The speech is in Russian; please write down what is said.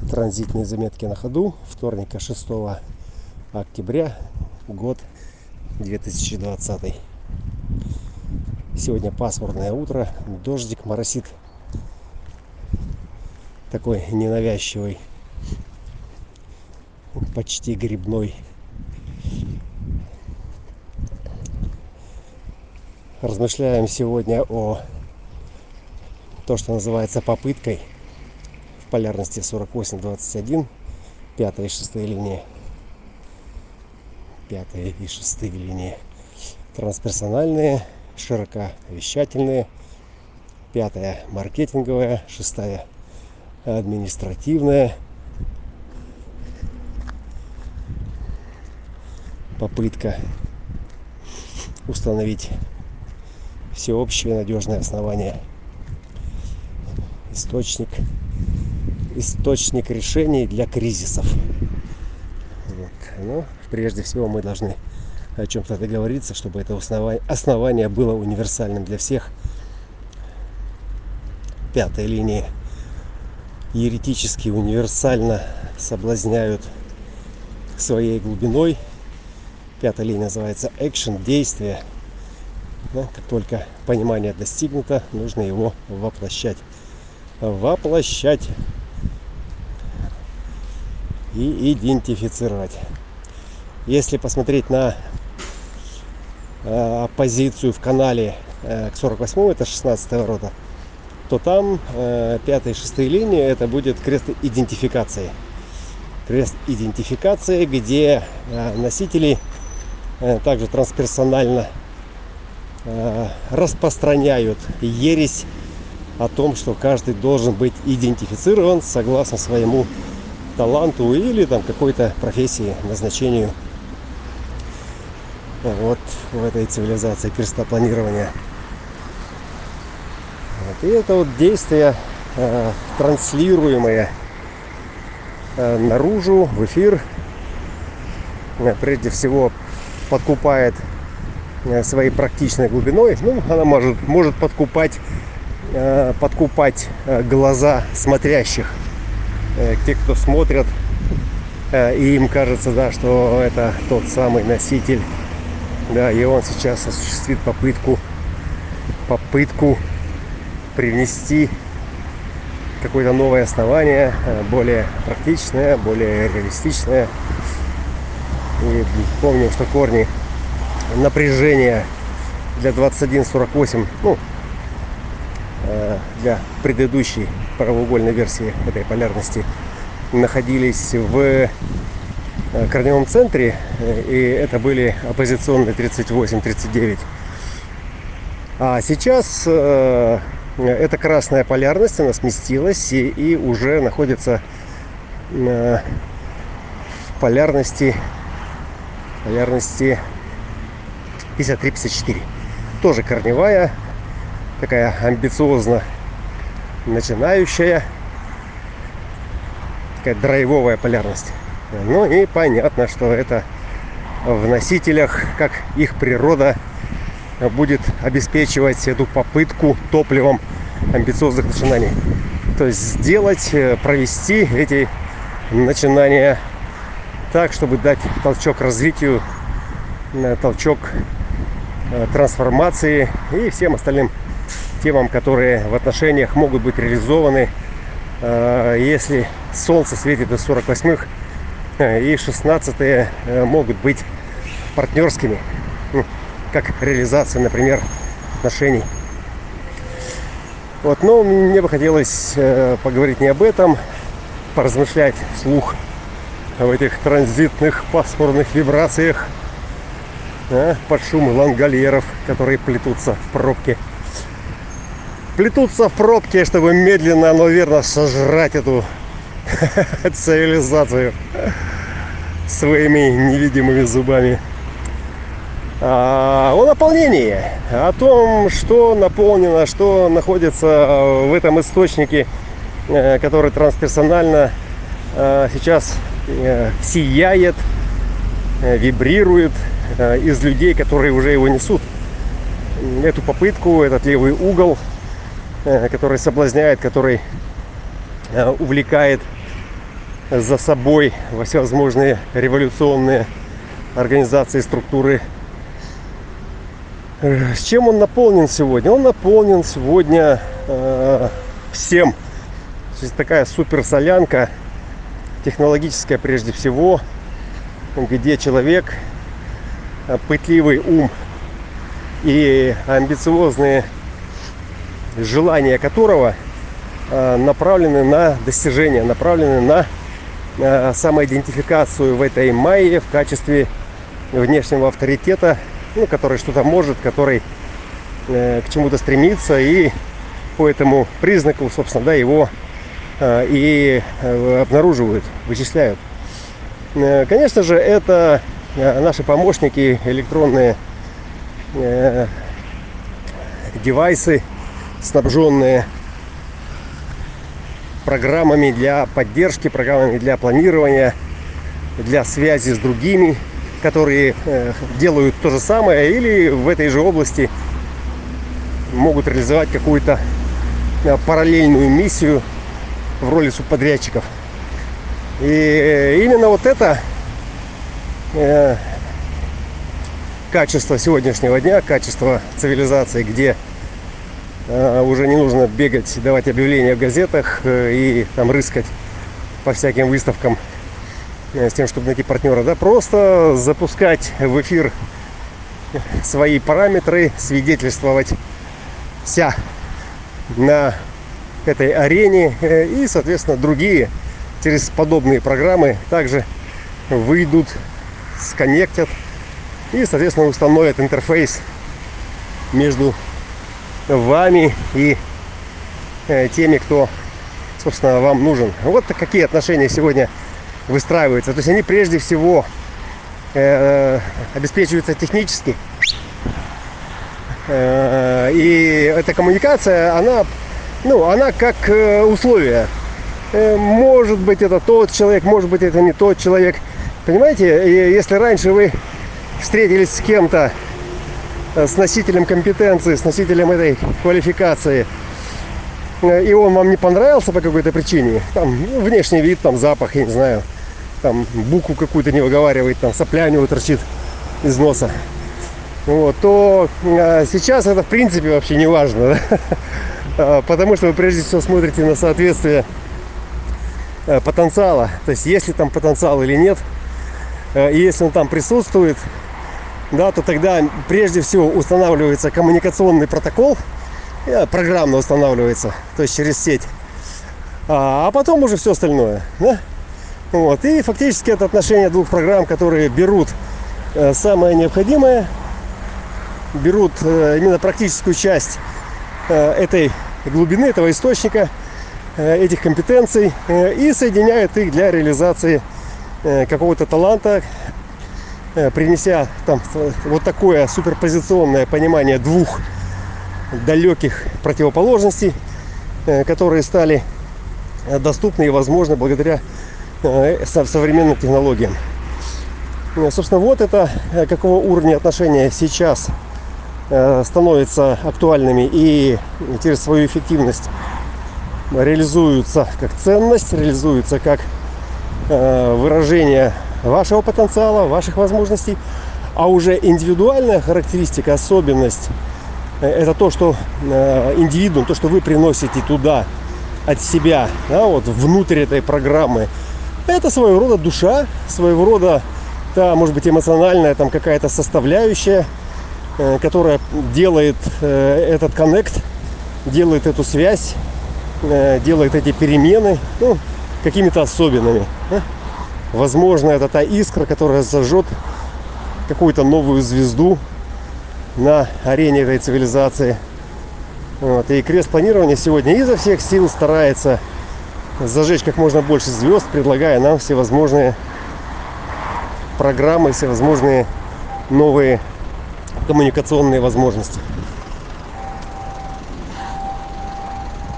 Транзитные заметки на ходу. Вторника, 6 октября, год 2020. Сегодня пасмурное утро, дождик моросит. Такой ненавязчивый, почти грибной. Размышляем сегодня о том, что называется попыткой в полярности 48-21, 5 и 6 линии. 5 и 6 линии трансперсональные, широковещательные, 5 маркетинговая, 6 административная. Попытка установить всеобщее надежное основание, источник решений для кризисов. Вот. Но прежде всего мы должны о чем-то договориться, чтобы это основание было универсальным для всех. 5 линии еретически универсально соблазняют своей глубиной. 5 линия называется action, действие. Но как только понимание достигнуто, нужно его воплощать и идентифицировать. Если посмотреть на позицию в канале к 48-му, это 16-го рода, то там 5 и 6 линии это будет крест идентификации. Крест идентификации, где носители также трансперсонально распространяют ересь о том, что каждый должен быть идентифицирован согласно своему таланту или там какой-то профессии, назначению. Вот в этой цивилизации крестопланирования. Вот. И это вот действие, транслируемое наружу, в эфир, прежде всего подкупает своей практичной глубиной. Ну, она может подкупать глаза смотрящих. Те, кто смотрят, и им кажется, да, что это тот самый носитель, да, и он сейчас осуществит попытку привнести какое-то новое основание, более практичное, более реалистичное. И помним, что корни напряжения для 21-48, ну, для предыдущей правоугольной версии этой полярности, находились в корневом центре, и это были оппозиционные 38-39. А сейчас эта красная полярность, она сместилась и уже находится в полярности 53-54. Тоже корневая, такая амбициозно начинающая, такая драйвовая полярность. Ну и понятно, что это в носителях, как их природа будет обеспечивать эту попытку топливом амбициозных начинаний. То есть провести эти начинания так, чтобы дать толчок развитию, толчок трансформации и всем остальным темам, которые в отношениях могут быть реализованы, если солнце светит до 48-х, и 16-е могут быть партнерскими, как реализация, например, отношений. Вот, но мне бы хотелось поговорить не об этом, поразмышлять вслух в этих транзитных пасмурных вибрациях, под шум лангольеров, которые плетутся в пробке. Плетутся в пробке, чтобы медленно, но верно сожрать эту цивилизацию своими невидимыми зубами. О наполнении, о том, что наполнено, что находится в этом источнике, который трансперсонально сейчас сияет, вибрирует из людей, которые уже его несут. Эту попытку, этот левый угол, который соблазняет, который увлекает за собой во всевозможные революционные организации, структуры. С чем он наполнен сегодня? Он наполнен сегодня всем. То есть такая супер солянка, технологическая прежде всего, где человек, пытливый ум и амбициозные желания которого направлены на достижение, направлены на самоидентификацию в этой майе в качестве внешнего авторитета, ну, который что-то может, который к чему-то стремится, и по этому признаку, собственно, да, его и обнаруживают, вычисляют. Конечно же, это наши помощники, электронные девайсы, снабженные программами для поддержки, программами для планирования, для связи с другими, которые делают то же самое или в этой же области могут реализовать какую-то параллельную миссию в роли субподрядчиков. И именно вот это качество сегодняшнего дня, качество цивилизации, где уже не нужно бегать, давать объявления в газетах и там рыскать по всяким выставкам с тем, чтобы найти партнера, да, просто запускать в эфир свои параметры, свидетельствовать вся на этой арене, и, соответственно, другие через подобные программы также выйдут, сконнектят и, соответственно, установят интерфейс между вами и теми, кто, собственно, вам нужен. Вот какие отношения сегодня выстраиваются. То есть они прежде всего обеспечиваются технически. И эта коммуникация, она как условие. Может быть, это тот человек, может быть, это не тот человек. Понимаете, если раньше вы встретились с кем-то, с носителем компетенции, с носителем этой квалификации, и он вам не понравился по какой-то причине, там внешний вид, там запах, я не знаю, там букву какую-то не выговаривает, там сопля у него торчит из носа, вот, то сейчас это в принципе вообще не важно, да? Потому что вы прежде всего смотрите на соответствие потенциала, то есть есть ли там потенциал или нет, и если он там присутствует, да, то тогда прежде всего устанавливается коммуникационный протокол, программно устанавливается, то есть через сеть, а потом уже все остальное, да? Вот. И фактически это отношение двух программ, которые берут самое необходимое, берут именно практическую часть этой глубины, этого источника, этих компетенций, и соединяют их для реализации какого-то таланта, принеся там вот такое суперпозиционное понимание двух далеких противоположностей, которые стали доступны и возможны благодаря современным технологиям. Собственно, вот это какого уровня отношения сейчас становятся актуальными и через свою эффективность реализуются как ценность, реализуются как выражение вашего потенциала, ваших возможностей, а уже индивидуальная характеристика, особенность – это то, что индивидуум, то, что вы приносите туда от себя, да, вот внутрь этой программы, это своего рода душа, своего рода, да, может быть, эмоциональная там какая-то составляющая, которая делает этот коннект, делает эту связь, делает эти перемены, ну, какими-то особенными. Да? Возможно, это та искра, которая зажжет какую-то новую звезду на арене этой цивилизации. Вот. И крест планирования сегодня изо всех сил старается зажечь как можно больше звезд, предлагая нам всевозможные программы, всевозможные новые коммуникационные возможности.